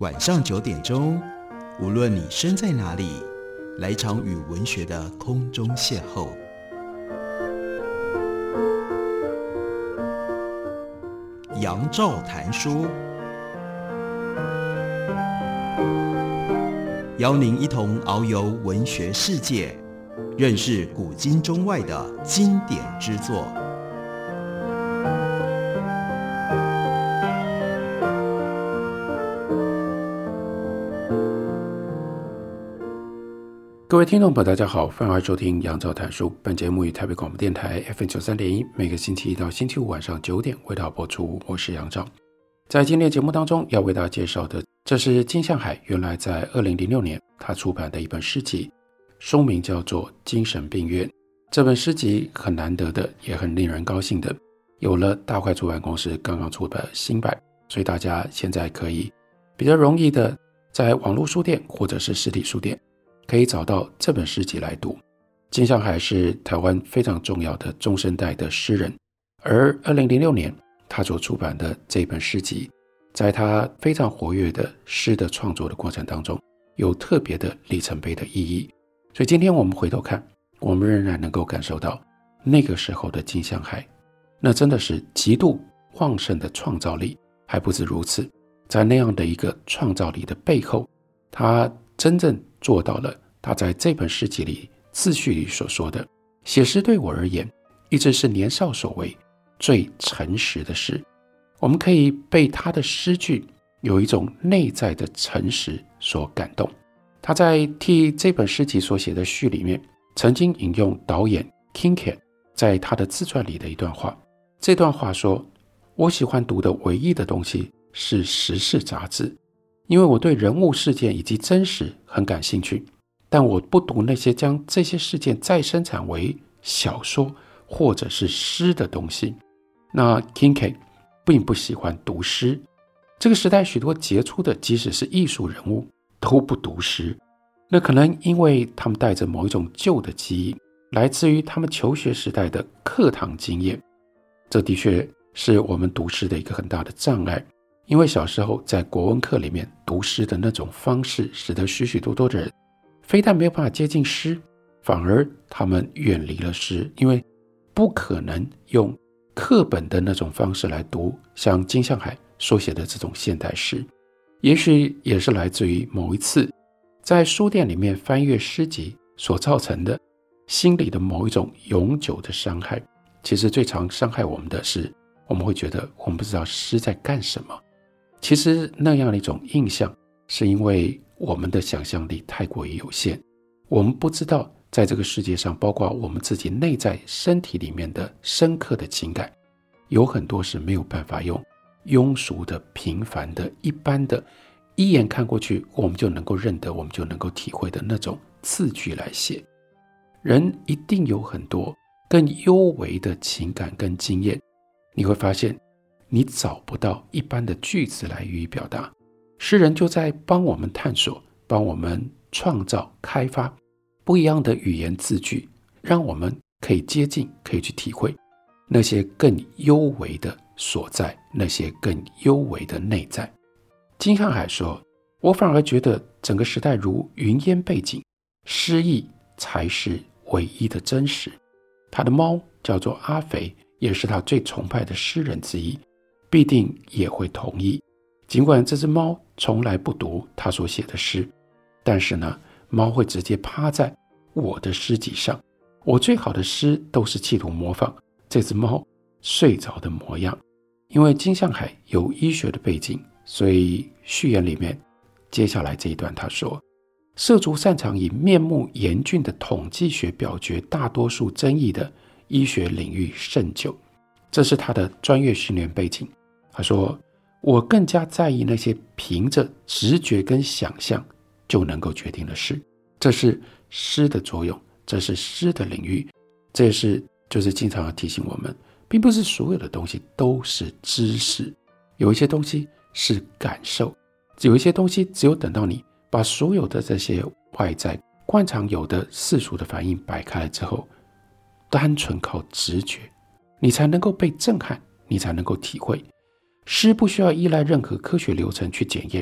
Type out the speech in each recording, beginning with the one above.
晚上9点钟，无论你身在哪里，来场与文学的空中邂逅。杨照谈书，邀您一同遨游文学世界，认识古今中外的经典之作。 各位听众朋友大家好，欢迎收听杨照谈书。本节目于台北广播电台 FM93.1， 每个星期一到星期五晚上9点为大家播出。我是杨照。在今天的节目当中要为大家介绍的，这是金向海原来在2006年他出版的一本诗集，书名叫做《精神病院》。这本诗集很难得的，也很令人高兴的，有了大块出版公司刚刚出的新版，所以大家现在可以比较容易的在网络书店或者是实体书店可以找到这本诗集来读。金向海是台湾非常重要的中生代的诗人，而2006年他所出版的这本诗集，在他非常活跃的诗的创作的过程当中，有特别的里程碑的意义。所以今天我们回头看，我们仍然能够感受到那个时候的金向海，那真的是极度旺盛的创造力。还不止如此，在那样的一个创造力的背后，他真正做到了他在这本诗集里自序里所说的，写诗对我而言一直是年少所为最诚实的事。我们可以被他的诗句有一种内在的诚实所感动。他在替这本诗集所写的序里面曾经引用导演 Kincaid 在他的自传里的一段话。这段话说，我喜欢读的唯一的东西是时事杂志，因为我对人物事件以及真实很感兴趣，但我不读那些将这些事件再生产为小说或者是诗的东西。那 Kincaid 并不喜欢读诗，这个时代许多杰出的即使是艺术人物都不读诗，那可能因为他们带着某一种旧的记忆，来自于他们求学时代的课堂经验。这的确是我们读诗的一个很大的障碍，因为小时候在国文课里面读诗的那种方式，使得许许多多的人非但没有办法接近诗，反而他们远离了诗，因为不可能用课本的那种方式来读像金向海所写的这种现代诗。也许也是来自于某一次在书店里面翻阅诗集所造成的心里的某一种永久的伤害。其实最常伤害我们的是，我们会觉得我们不知道诗在干什么。其实那样的一种印象，是因为我们的想象力太过于有限，我们不知道在这个世界上，包括我们自己内在身体里面的深刻的情感，有很多是没有办法用庸俗的、平凡的、一般的，一眼看过去我们就能够认得，我们就能够体会的那种字句来写。人一定有很多更幽微的情感跟经验，你会发现你找不到一般的句子来予以表达。诗人就在帮我们探索，帮我们创造开发不一样的语言字句，让我们可以接近，可以去体会那些更幽微的所在，那些更幽微的内在。金向海说，我反而觉得整个时代如云烟背景，诗意才是唯一的真实。他的猫叫做阿肥，也是他最崇拜的诗人之一，必定也会同意。尽管这只猫从来不读他所写的诗，但是呢，猫会直接趴在我的诗集上。我最好的诗都是企图模仿这只猫睡着的模样。因为金向海有医学的背景，所以序言里面接下来这一段他说，涉足擅长以面目严峻的统计学表决大多数争议的医学领域甚久。这是他的专业训练背景。他说，我更加在意那些凭着直觉跟想象就能够决定的事。这是诗的作用，这是诗的领域。这也是就是经常要提醒我们，并不是所有的东西都是知识，有一些东西是感受，有一些东西只有等到你把所有的这些外在惯常有的世俗的反应摆开了之后，单纯靠直觉，你才能够被震撼，你才能够体会。诗不需要依赖任何科学流程去检验，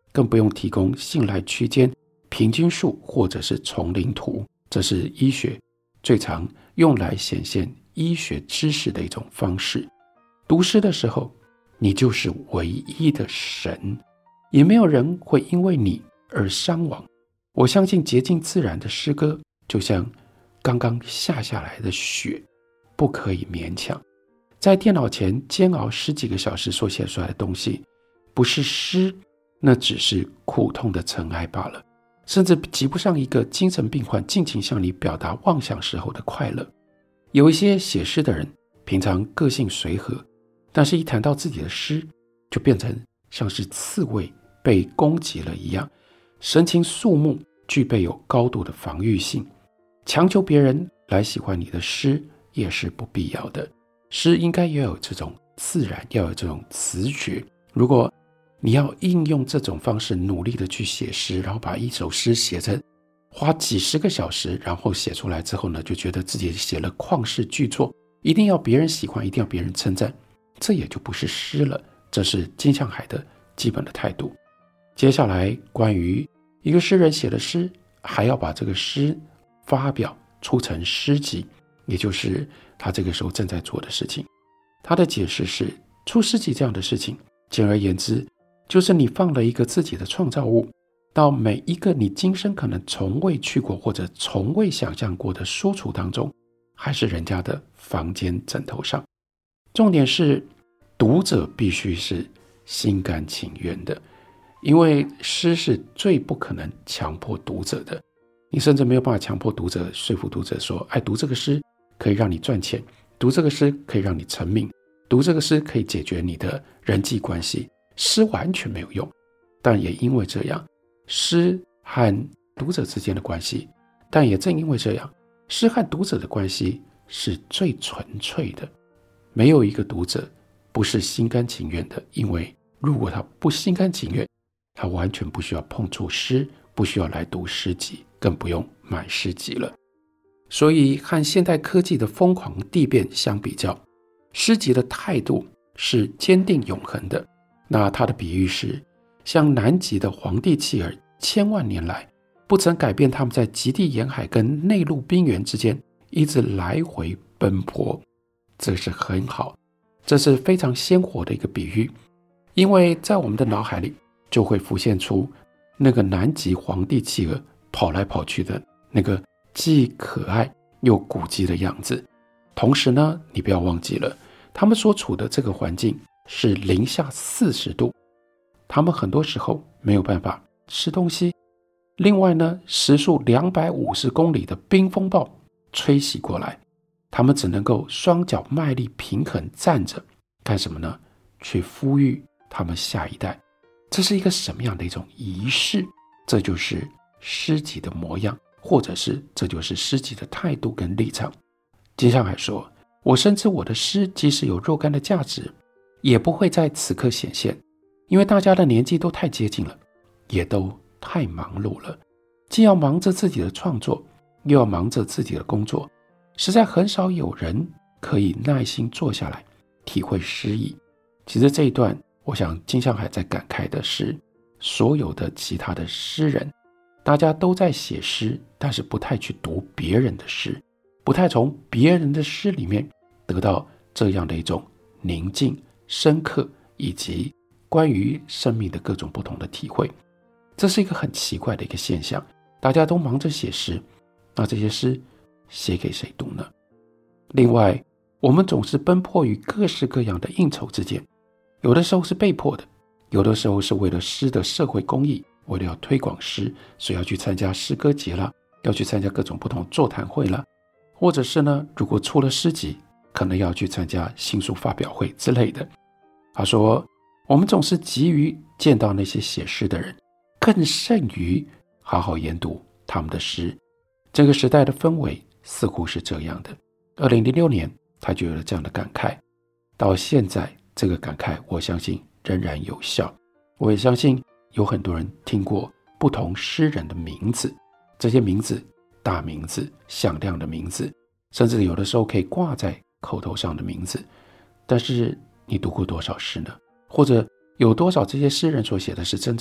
更不用提供信赖区间、平均数或者是丛林图。这是医学最常用来显现医学知识的一种方式。读诗的时候，你就是唯一的神，也没有人会因为你而伤亡。我相信洁净自然的诗歌，就像刚刚下来的雪，不可以勉强。在电脑前煎熬10几个小时所写出来的东西，不是诗，那只是苦痛的尘埃罢了，甚至及不上一个精神病患尽情向你表达妄想时候的快乐。有一些写诗的人，平常个性随和，但是一谈到自己的诗，就变成像是刺猬被攻击了一样，神情肃穆，具备有高度的防御性。强求别人来喜欢你的诗也是不必要的。诗应该要有这种自然，要有这种词觉。如果你要应用这种方式努力的去写诗，然后把一首诗写成花几10个小时，然后写出来之后呢，就觉得自己写了旷世巨作，一定要别人喜欢，一定要别人称赞，这也就不是诗了。这是金向海的基本的态度。接下来关于一个诗人写的诗，还要把这个诗发表出成诗集，也就是他这个时候正在做的事情。他的解释是，出诗集这样的事情，简而言之，就是你放了一个自己的创造物到每一个你今生可能从未去过或者从未想象过的书橱当中，还是人家的房间枕头上。重点是读者必须是心甘情愿的，因为诗是最不可能强迫读者的。你甚至没有办法强迫读者，说服读者说，读这个诗可以让你赚钱，读这个诗可以让你成名，读这个诗可以解决你的人际关系。诗完全没有用。但也因为这样，诗和读者之间的关系，但也正因为这样，诗和读者的关系是最纯粹的。没有一个读者不是心甘情愿的，因为如果他不心甘情愿，他完全不需要碰触诗，不需要来读诗集，更不用买诗集了。所以和现代科技的疯狂地变相比较，诗集的态度是坚定永恒的。那他的比喻是，像南极的皇帝企鹅千万年来不曾改变他们在极地沿海跟内陆冰原之间一直来回奔波。这是很好，这是非常鲜活的一个比喻，因为在我们的脑海里就会浮现出那个南极皇帝企鹅跑来跑去的那个既可爱又古迹的样子。同时呢，你不要忘记了，他们所处的这个环境是零下40度，他们很多时候没有办法吃东西。另外呢，时速250公里的冰风暴吹袭过来，他们只能够双脚卖力平衡站着，干什么呢？去孵育他们下一代。这是一个什么样的一种仪式？这就是诗集的模样，或者是这就是诗集的态度跟立场。金向海说，我深知我的诗即使有若干的价值，也不会在此刻显现，因为大家的年纪都太接近了，也都太忙碌了，既要忙着自己的创作，又要忙着自己的工作，实在很少有人可以耐心坐下来体会诗意。其实这一段，我想金向海在感慨的是，所有的其他的诗人，大家都在写诗，但是不太去读别人的诗，不太从别人的诗里面得到这样的一种宁静、深刻以及关于生命的各种不同的体会。这是一个很奇怪的一个现象，大家都忙着写诗，那这些诗写给谁读呢？另外，我们总是奔波于各式各样的应酬之间，有的时候是被迫的，有的时候是为了诗的社会公益，为了要推广诗，所以要去参加诗歌节啦，要去参加各种不同座谈会啦，或者是呢，如果出了诗集，可能要去参加新书发表会之类的。他说，我们总是急于见到那些写诗的人，更甚于好好研读他们的诗。这个时代的氛围似乎是这样的。2006年他就有了这样的感慨，到现在这个感慨我相信仍然有效。我也相信有很多人听过不同诗人的名字，这些名字大名字、响亮的名字，甚至有的时候可以挂在口头上的名字，但是你读过多少诗呢？或者有多少这些诗人所写的是真正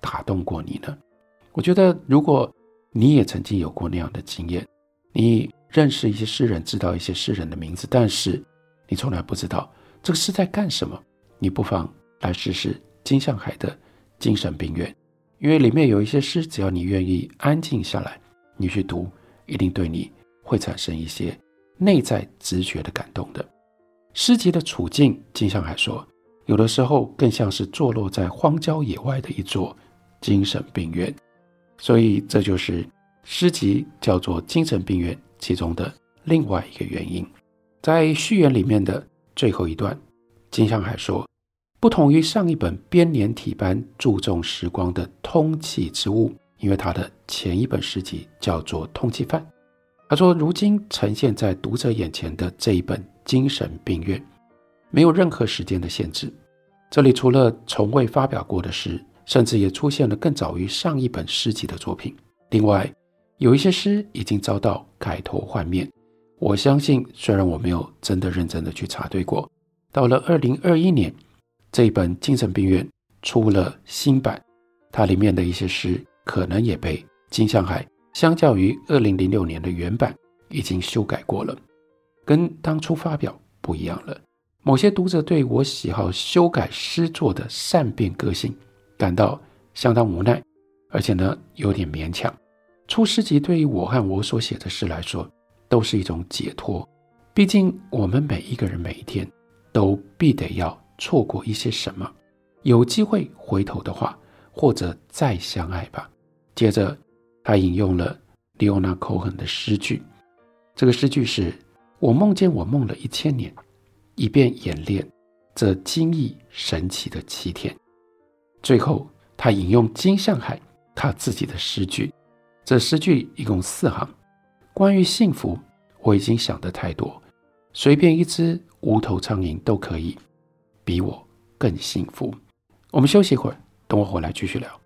打动过你呢？我觉得如果你也曾经有过那样的经验，你认识一些诗人，知道一些诗人的名字，但是你从来不知道这个诗在干什么，你不妨来试试金向海的精神病院，因为里面有一些诗，只要你愿意安静下来，你去读，一定对你会产生一些内在直觉的感动的。诗集的处境，金向海说，有的时候更像是坐落在荒郊野外的一座精神病院，所以这就是诗集叫做精神病院其中的另外一个原因。在序言里面的最后一段，金向海说，不同于上一本编年体般注重时光的通气之物，因为他的前一本诗集叫做通缉犯，他说如今呈现在读者眼前的这一本精神病院没有任何时间的限制，这里除了从未发表过的诗，甚至也出现了更早于上一本诗集的作品。另外有一些诗已经遭到改头换面，我相信虽然我没有真的认真的去查对过，到了2021年这一本精神病院出了新版，它里面的一些诗可能也被金向海相较于2006年的原版已经修改过了，跟当初发表不一样了。某些读者对我喜好修改诗作的善变个性感到相当无奈，而且呢有点勉强。出诗集对于我和我所写的诗来说都是一种解脱，毕竟我们每一个人每一天都必得要错过一些什么，有机会回头的话，或者再相爱吧。接着他引用了利欧纳·寇恒的诗句，这个诗句是，我梦见我梦了1000年，以便演练这惊异神奇的7天。最后他引用金向海他自己的诗句，这诗句一共4行，关于幸福我已经想得太多，随便一只无头苍蝇都可以比我更幸福。我们休息一会儿，等我回来继续聊。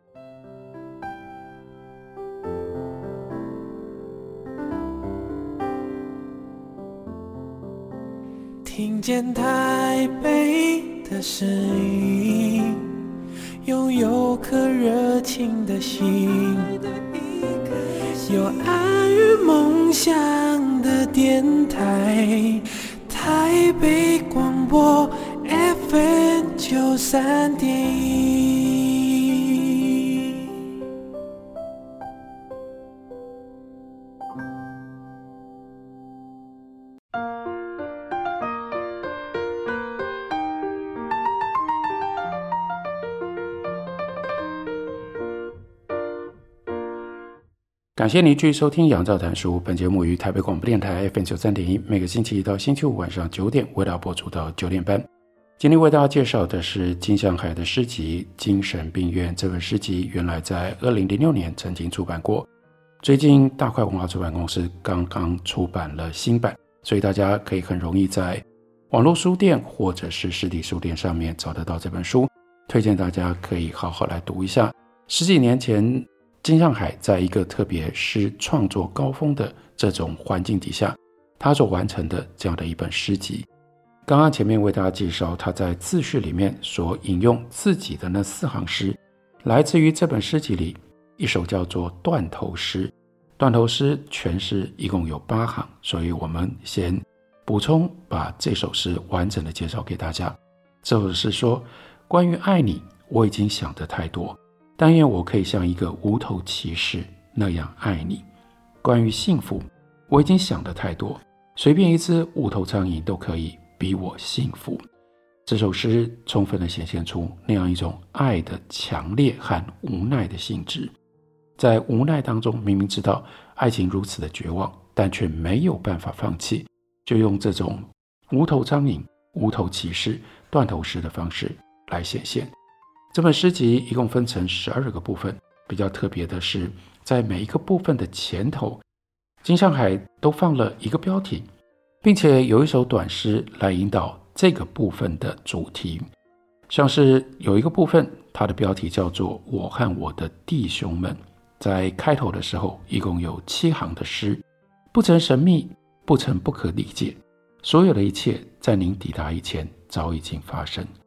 听见台北的声音，拥有颗热情的心，有爱与梦想的电台，台北广播 FM93.1。 感谢您继续收听杨照谈书，本节目于台北广播电台 FM93.1，每个星期一到星期五晚上9点为大家播出到9点半。今天为大家介绍的是金向海的诗集《精神病院》。这本诗集原来在2006年曾经出版过，最近大块文化出版公司刚刚出版了新版，所以大家可以很容易在网络书店或者是实体书店上面找得到这本书，推荐大家可以好好来读一下。10几年前金向海在一个特别诗创作高峰的这种环境底下，他所完成的这样的一本诗集。刚刚前面为大家介绍他在自序里面所引用自己的那4行诗，来自于这本诗集里一首叫做断头诗。断头诗全诗一共有8行，所以我们先补充把这首诗完整的介绍给大家。这首诗说，关于爱你我已经想得太多，但愿我可以像一个无头骑士那样爱你。关于幸福我已经想得太多，随便一只无头苍蝇都可以比我幸福。这首诗充分地显现出那样一种爱的强烈和无奈的性质，在无奈当中明明知道爱情如此的绝望，但却没有办法放弃，就用这种无头苍蝇、无头骑士、断头诗的方式来显现。这本诗集一共分成12个部分，比较特别的是在每一个部分的前头，金向海都放了一个标题，并且有一首短诗来引导这个部分的主题。像是有一个部分，它的标题叫做我和我的弟兄们，在开头的时候一共有7行的诗，不曾神秘，不曾不可理解，所有的一切在您抵达以前早已经发生。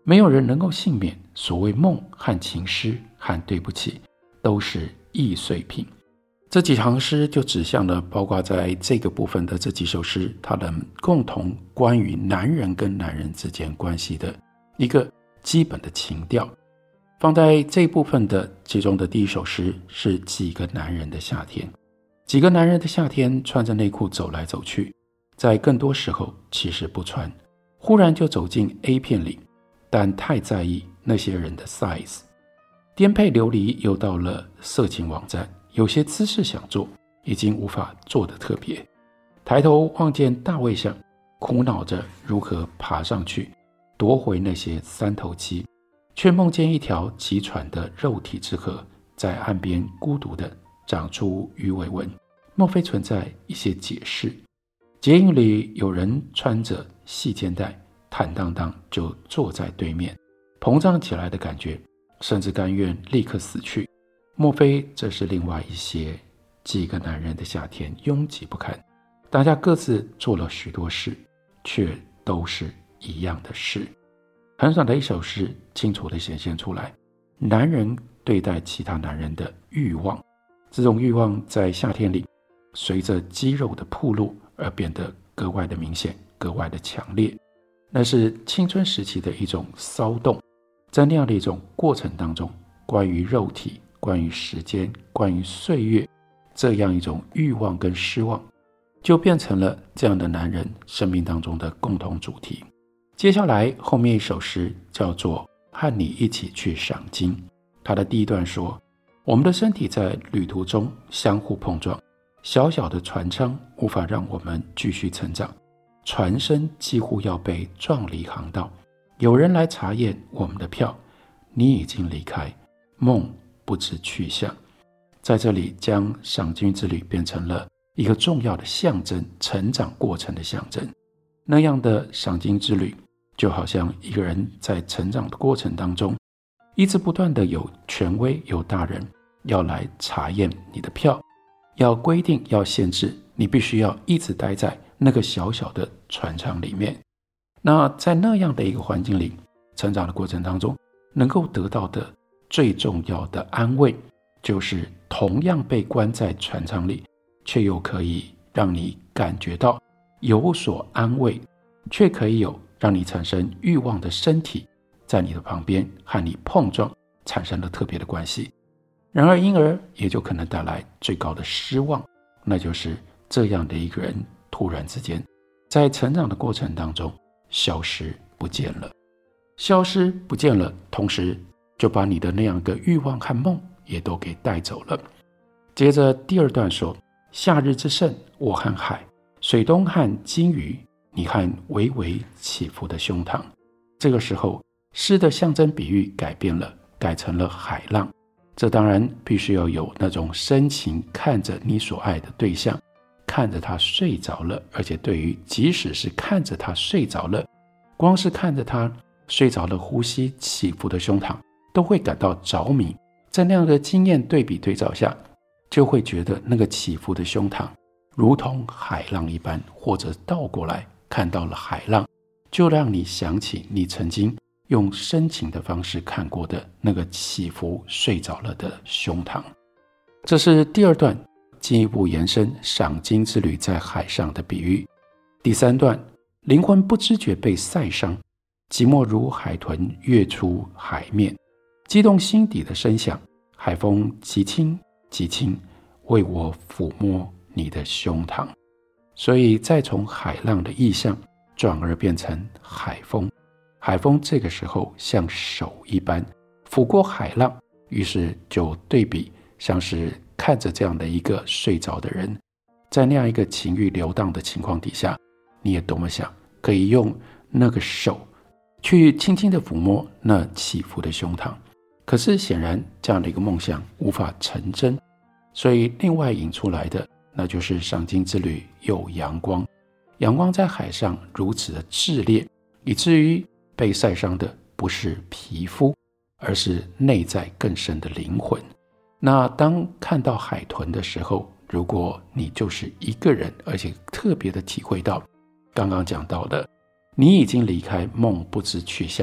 没有人能够幸免。所谓梦和情诗和对不起都是易碎品。这几行诗就指向了包括在这个部分的这几首诗，它的共同关于男人跟男人之间关系的一个基本的情调。放在这一部分的其中的第一首诗是几个男人的夏天。几个男人的夏天穿着内裤走来走去，在更多时候其实不穿，忽然就走进 A 片里，但太在意那些人的 size。 颠沛流离又到了色情网站，有些姿势想做，已经无法做得特别。抬头望见大卫像，苦恼着如何爬上去夺回那些三头肌，却梦见一条急喘的肉体之河，在岸边孤独地长出鱼尾纹。莫非存在一些解释？捷运里有人穿着细肩带，坦荡荡就坐在对面，膨胀起来的感觉，甚至甘愿立刻死去。莫非这是另外一些几个男人的夏天拥挤不堪，大家各自做了许多事，却都是一样的事。很短的一首诗清楚地显现出来男人对待其他男人的欲望。这种欲望在夏天里随着肌肉的暴露而变得格外的明显，格外的强烈。那是青春时期的一种骚动。在那样的一种过程当中，关于肉体，关于时间，关于岁月，这样一种欲望跟失望，就变成了这样的男人生命当中的共同主题。接下来后面一首诗叫做和你一起去赏金。它的第一段说，我们的身体在旅途中相互碰撞，小小的船舱无法让我们继续成长，船身几乎要被撞离航道。有人来查验我们的票，你已经离开，梦不知去向。在这里将赏金之旅变成了一个重要的象征，成长过程的象征。那样的赏金之旅就好像一个人在成长的过程当中，一直不断的有权威，有大人要来查验你的票，要规定，要限制，你必须要一直待在那个小小的船舱里面。那在那样的一个环境里成长的过程当中，能够得到的最重要的安慰，就是同样被关在船舱里，却又可以让你感觉到有所安慰，却可以有让你产生欲望的身体在你的旁边和你碰撞，产生了特别的关系。然而因而也就可能带来最高的失望，那就是这样的一个人突然之间在成长的过程当中消失不见了。消失不见了，同时就把你的那样的欲望和梦也都给带走了。接着第二段说，夏日之盛，我和海，水东和鲸鱼，你和微微起伏的胸膛。这个时候诗的象征比喻改变了，改成了海浪。这当然必须要有那种深情，看着你所爱的对象，看着他睡着了，而且对于即使是看着他睡着了，光是看着他睡着了，呼吸起伏的胸膛都会感到着迷。在那样的经验对比对照下，就会觉得那个起伏的胸膛如同海浪一般，或者倒过来看到了海浪，就让你想起你曾经用深情的方式看过的那个起伏睡着了的胸膛。这是第二段进一步延伸赏金之旅在海上的比喻。第三段，灵魂不知觉被晒伤，寂寞如海豚跃出海面，激动心底的声响，海风极轻极轻，为我抚摸你的胸膛。所以再从海浪的意象转而变成海风，海风这个时候像手一般抚过海浪，于是就对比像是看着这样的一个睡着的人，在那样一个情欲流荡的情况底下，你也多么想可以用那个手去轻轻地抚摸那起伏的胸膛。可是显然这样的一个梦想无法成真，所以另外引出来的那就是赏金之旅有阳光。阳光在海上如此的炽烈，以至于被晒伤的不是皮肤，而是内在更深的灵魂。那当看到海豚的时候，如果你就是一个人，而且特别的体会到刚刚讲到的，你已经离开，梦不知去向，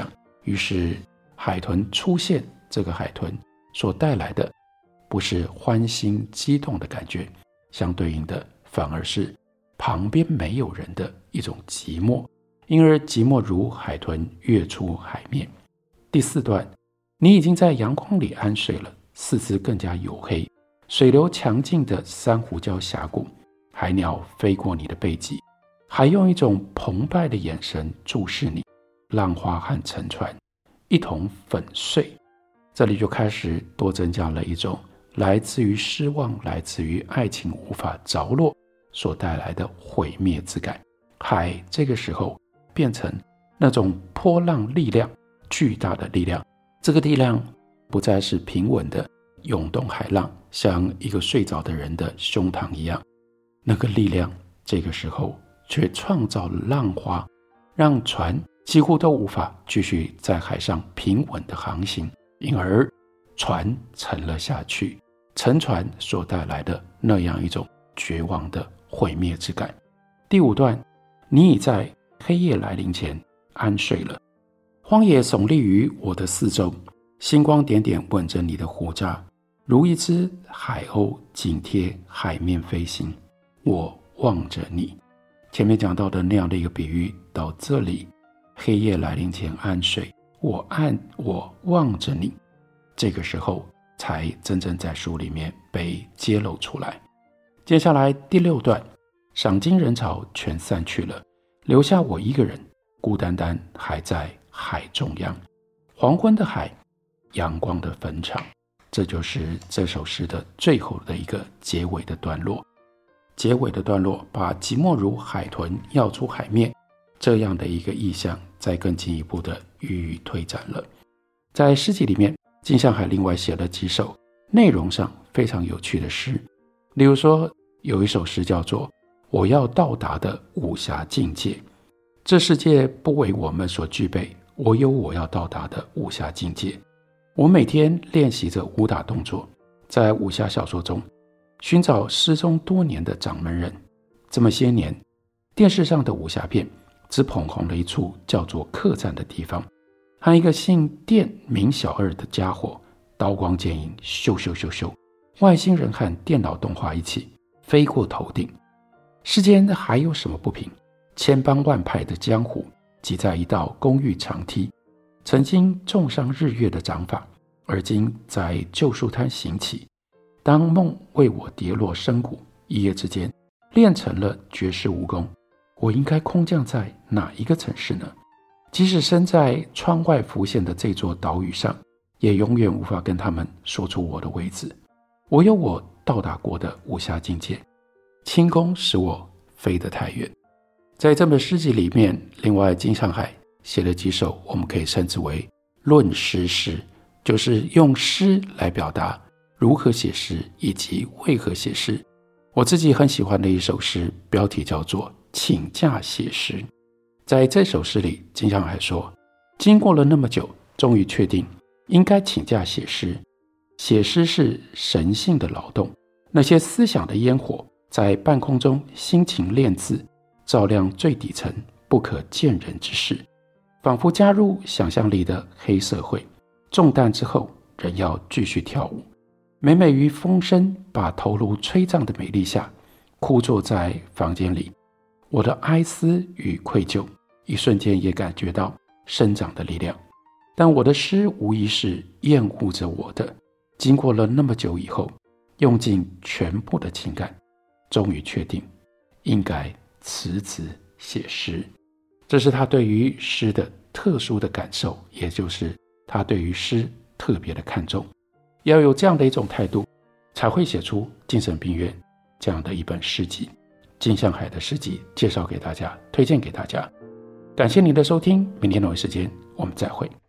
于是海豚出现，这个海豚所带来的不是欢欣激动的感觉，相对应的反而是旁边没有人的一种寂寞，因而寂寞如海豚跃出海面。第4段，你已经在阳光里安睡了，四肢更加黝黑，水流强劲的珊瑚礁峡谷，海鸟飞过你的背脊，还用一种澎湃的眼神注视你，浪花和沉船一同粉碎。这里就开始多增加了一种来自于失望，来自于爱情无法着落所带来的毁灭之感。海这个时候变成那种波浪力量，巨大的力量，这个力量不再是平稳的涌动海浪，像一个睡着的人的胸膛一样，那个力量这个时候却创造了浪花，让船几乎都无法继续在海上平稳的航行，因而船沉了下去，沉船所带来的那样一种绝望的毁灭之感。第5段，你已在黑夜来临前安睡了，荒野耸立于我的四周，星光点点吻着你的胡渣，如一只海鸥紧贴海面飞行，我望着你。前面讲到的那样的一个比喻到这里，黑夜来临前安睡，我望着你，这个时候才真正在书里面被揭露出来。接下来第6段，赏金人潮全散去了，留下我一个人，孤单单还在海中央。黄昏的海，阳光的坟场，这就是这首诗的最后的一个结尾的段落。结尾的段落把寂寞如海豚跃出海面这样的一个意象再更进一步的予以推展了。在诗集里面，金向海另外写了几首内容上非常有趣的诗，例如说有一首诗叫做我要到达的武侠境界，这世界不为我们所具备，我有我要到达的武侠境界。我每天练习着武打动作，在武侠小说中寻找失踪多年的掌门人。这么些年，电视上的武侠片只捧红了一处叫做客栈的地方，和一个姓电名小二的家伙刀光剑影，咻咻咻咻，外星人和电脑动画一起飞过头顶。世间还有什么不平？千帮万派的江湖挤在一道公寓长梯，曾经重伤日月的掌法，而今在旧树滩行起。当梦为我跌落深谷，一夜之间练成了绝世武功，我应该空降在哪一个城市呢？即使身在窗外浮现的这座岛屿上，也永远无法跟他们说出我的位置。我有我到达过的武侠境界，轻功使我飞得太远。在这本诗集里面，另外金上海写了几首我们可以称之为论诗诗，就是用诗来表达如何写诗以及为何写诗。我自己很喜欢的一首诗，标题叫做请假写诗。在这首诗里，金上海说，经过了那么久，终于确定应该请假写诗。写诗是神性的劳动，那些思想的烟火在半空中辛勤练字，照亮最底层不可见人之事，仿佛加入想象力的黑社会。中弹之后，人要继续跳舞。每每于风声把头颅吹胀的美丽下，枯坐在房间里，我的哀思与愧疚一瞬间也感觉到生长的力量。但我的诗无疑是厌恶着我的，经过了那么久以后，用尽全部的情感，终于确定应该辞职写诗。这是他对于诗的特殊的感受，也就是他对于诗特别的看重。要有这样的一种态度，才会写出《精神病院》这样的一本诗集。金向海的诗集介绍给大家，推荐给大家。感谢您的收听，明天同一时间我们再会。